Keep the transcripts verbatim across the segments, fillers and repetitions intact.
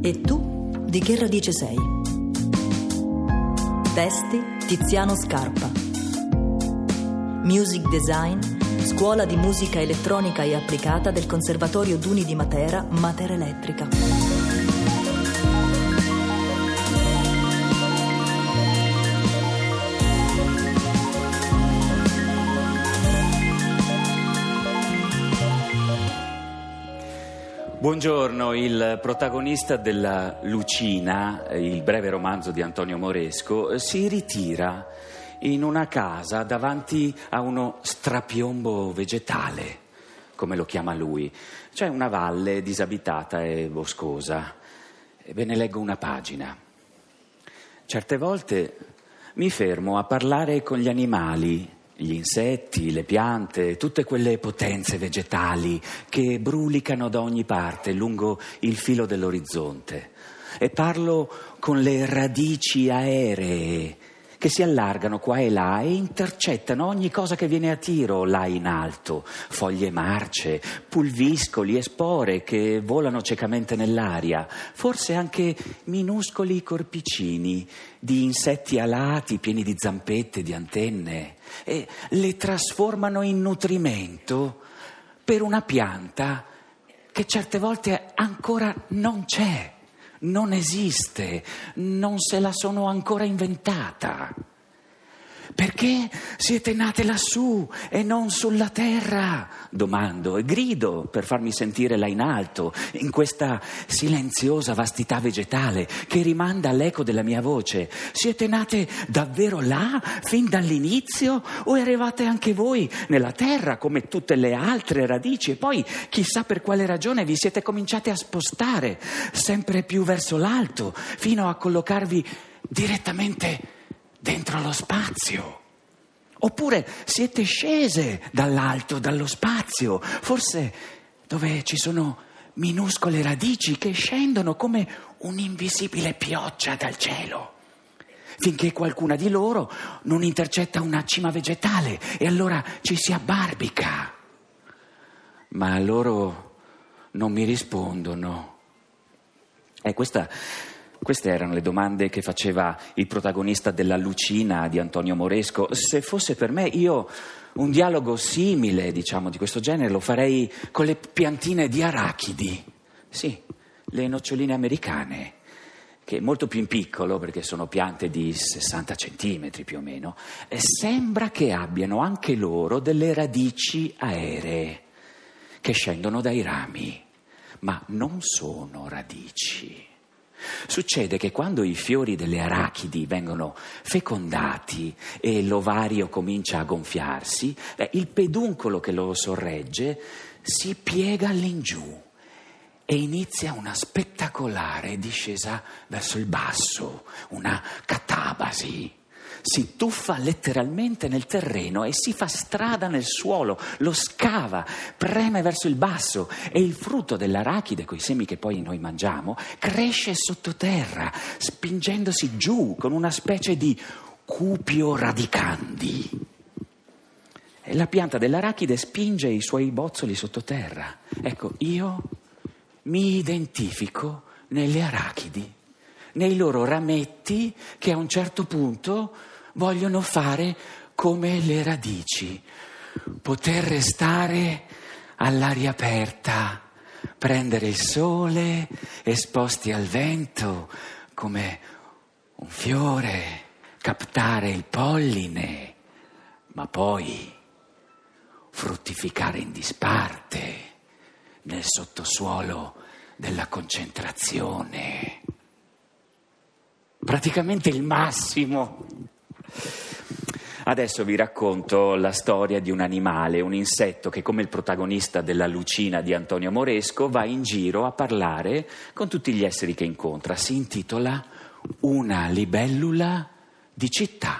E tu di che radice sei? Testi Tiziano Scarpa. Music Design, Scuola di Musica Elettronica e Applicata del Conservatorio Duni di Matera, Matera Elettrica. Buongiorno, il protagonista della Lucina, il breve romanzo di Antonio Moresco, si ritira in una casa davanti a uno strapiombo vegetale, come lo chiama lui, cioè una valle disabitata e boscosa. E ve ne leggo una pagina. Certe volte mi fermo a parlare con gli animali, gli insetti, le piante, tutte quelle potenze vegetali che brulicano da ogni parte lungo il filo dell'orizzonte. E parlo con le radici aeree che si allargano qua e là e intercettano ogni cosa che viene a tiro là in alto, foglie marce, pulviscoli e spore che volano ciecamente nell'aria, forse anche minuscoli corpicini di insetti alati pieni di zampette, di antenne, e le trasformano in nutrimento per una pianta che certe volte ancora non c'è. Non esiste, non se la sono ancora inventata. Perché siete nate lassù e non sulla terra? Domando e grido per farmi sentire là in alto, in questa silenziosa vastità vegetale che rimanda all'eco della mia voce. Siete nate davvero là, fin dall'inizio? O eravate anche voi nella terra come tutte le altre radici? E poi, chissà per quale ragione, vi siete cominciate a spostare sempre più verso l'alto, fino a collocarvi direttamente dentro lo spazio. Oppure siete scese dall'alto, dallo spazio, forse dove ci sono minuscole radici che scendono come un'invisibile pioggia dal cielo, finché qualcuna di loro non intercetta una cima vegetale e allora ci si abbarbica. Ma loro non mi rispondono. E questa... Queste erano le domande che faceva il protagonista della Lucina di Antonio Moresco. Se fosse per me, io un dialogo simile, diciamo, di questo genere lo farei con le piantine di arachidi. Sì, le noccioline americane, che molto più in piccolo, perché sono piante di sessanta centimetri più o meno, e sembra che abbiano anche loro delle radici aeree che scendono dai rami, ma non sono radici. Succede che quando i fiori delle arachidi vengono fecondati e l'ovario comincia a gonfiarsi, eh, il peduncolo che lo sorregge si piega all'ingiù e inizia una spettacolare discesa verso il basso, una catabasi. Si tuffa letteralmente nel terreno e si fa strada nel suolo, lo scava, preme verso il basso e il frutto dell'arachide, coi semi che poi noi mangiamo, cresce sottoterra, spingendosi giù con una specie di cupio radicandi. E la pianta dell'arachide spinge i suoi bozzoli sottoterra. Ecco, io mi identifico nelle arachidi, nei loro rametti che a un certo punto vogliono fare come le radici, poter restare all'aria aperta, prendere il sole esposti al vento come un fiore, captare il polline, ma poi fruttificare in disparte nel sottosuolo della concentrazione. Praticamente il massimo. Adesso vi racconto la storia di un animale, un insetto che, come il protagonista della Lucina di Antonio Moresco, va in giro a parlare con tutti gli esseri che incontra. Si intitola Una libellula di città.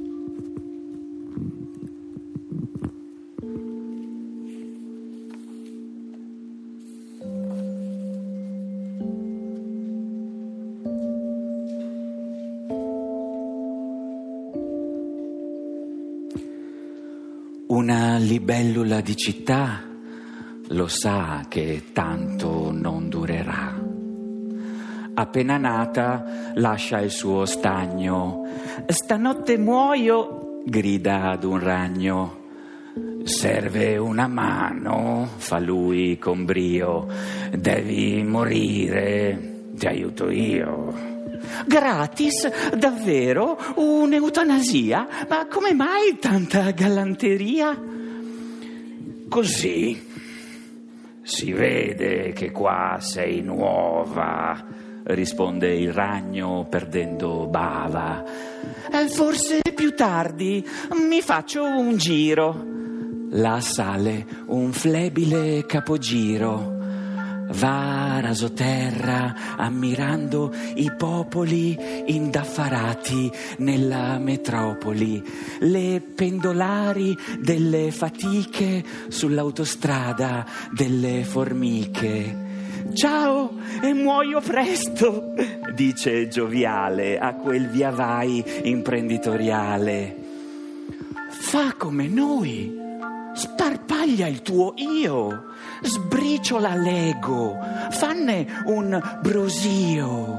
Una libellula di città lo sa che tanto non durerà. Appena nata lascia il suo stagno. Stanotte muoio, grida ad un ragno. Serve una mano, fa lui con brio. Devi morire, ti aiuto io. Gratis? Davvero? Un'eutanasia? Ma come mai tanta galanteria? Così. Si vede che qua sei nuova, risponde il ragno perdendo bava. Eh, forse più tardi, mi faccio un giro. Là sale un flebile capogiro. Va rasoterra ammirando i popoli indaffarati nella metropoli, le pendolari delle fatiche sull'autostrada delle formiche. Ciao e muoio presto, dice gioviale a quel via vai imprenditoriale. Fa come noi, sparpaglia il tuo io, sbriciola l'ego, fanne un brusio.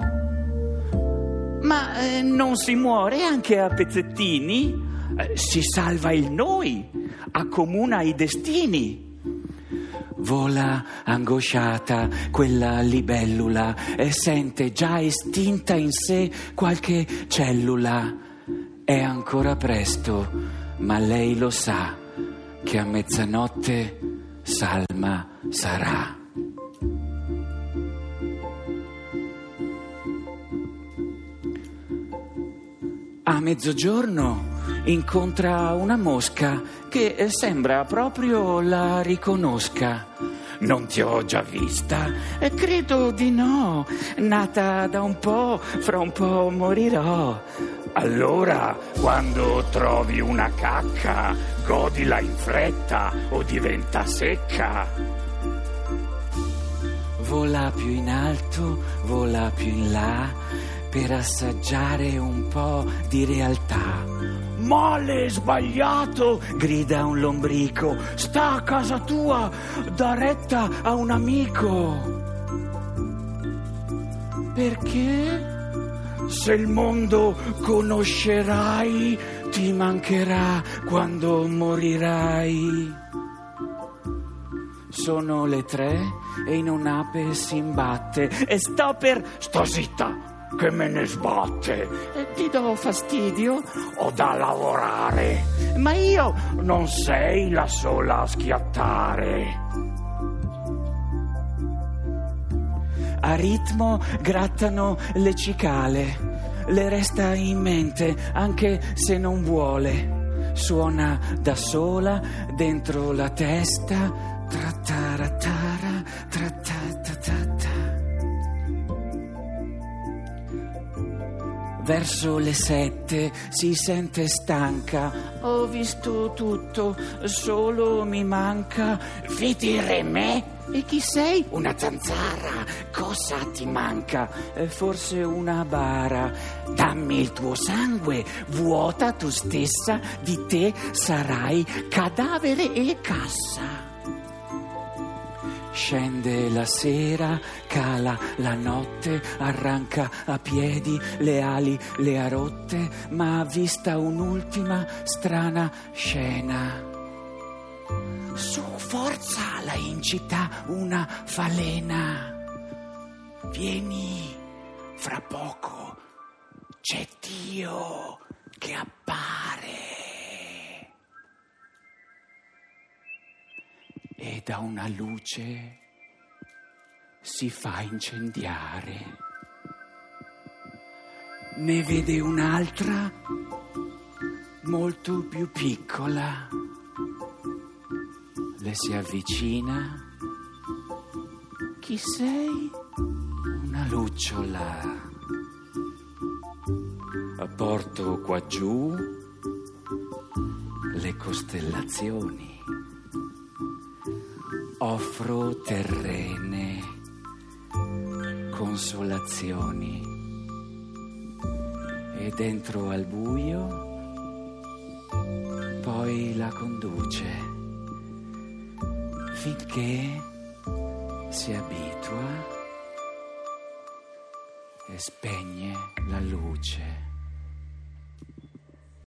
Ma eh, non si muore anche a pezzettini? Eh, si salva il noi, accomuna i destini. Vola angosciata quella libellula e sente già estinta in sé qualche cellula. È ancora presto, ma lei lo sa che a mezzanotte salma sarà. A mezzogiorno incontra una mosca che sembra proprio la riconosca. Non ti ho già vista? Credo di no. Nata da un po', fra un po' morirò. Allora, quando trovi una cacca, godila in fretta o diventa secca. Vola più in alto, vola più in là, per assaggiare un po' di realtà. Male, sbagliato, grida un lombrico, sta a casa tua, dà retta a un amico. Perché? Se il mondo conoscerai, ti mancherà quando morirai. Sono le tre e in un'ape si imbatte e sto per... Sto zitta, che me ne sbatte. E ti do fastidio? Ho da lavorare. Ma io non sei la sola a schiattare. A ritmo grattano le cicale, le resta in mente anche se non vuole. Suona da sola dentro la testa, trattaratara, trattatatata. Verso le sette si sente stanca. Ho visto tutto, solo mi manca vedere me. E chi sei? Una zanzara. Cosa ti manca? Eh, forse una bara. Dammi il tuo sangue, vuota tu stessa, di te sarai cadavere e cassa. Scende la sera, cala la notte, arranca a piedi, le ali le ha rotte, ma ha vista un'ultima strana scena. Su, forza, la incita una falena. Vieni, fra poco c'è Dio che appare. E da una luce si fa incendiare. Ne vede un'altra molto più piccola. Le si avvicina. Chi sei? Una lucciola. Porto qua giù le costellazioni. Offro terrene consolazioni e dentro al buio poi la conduce finché si abitua e spegne la luce.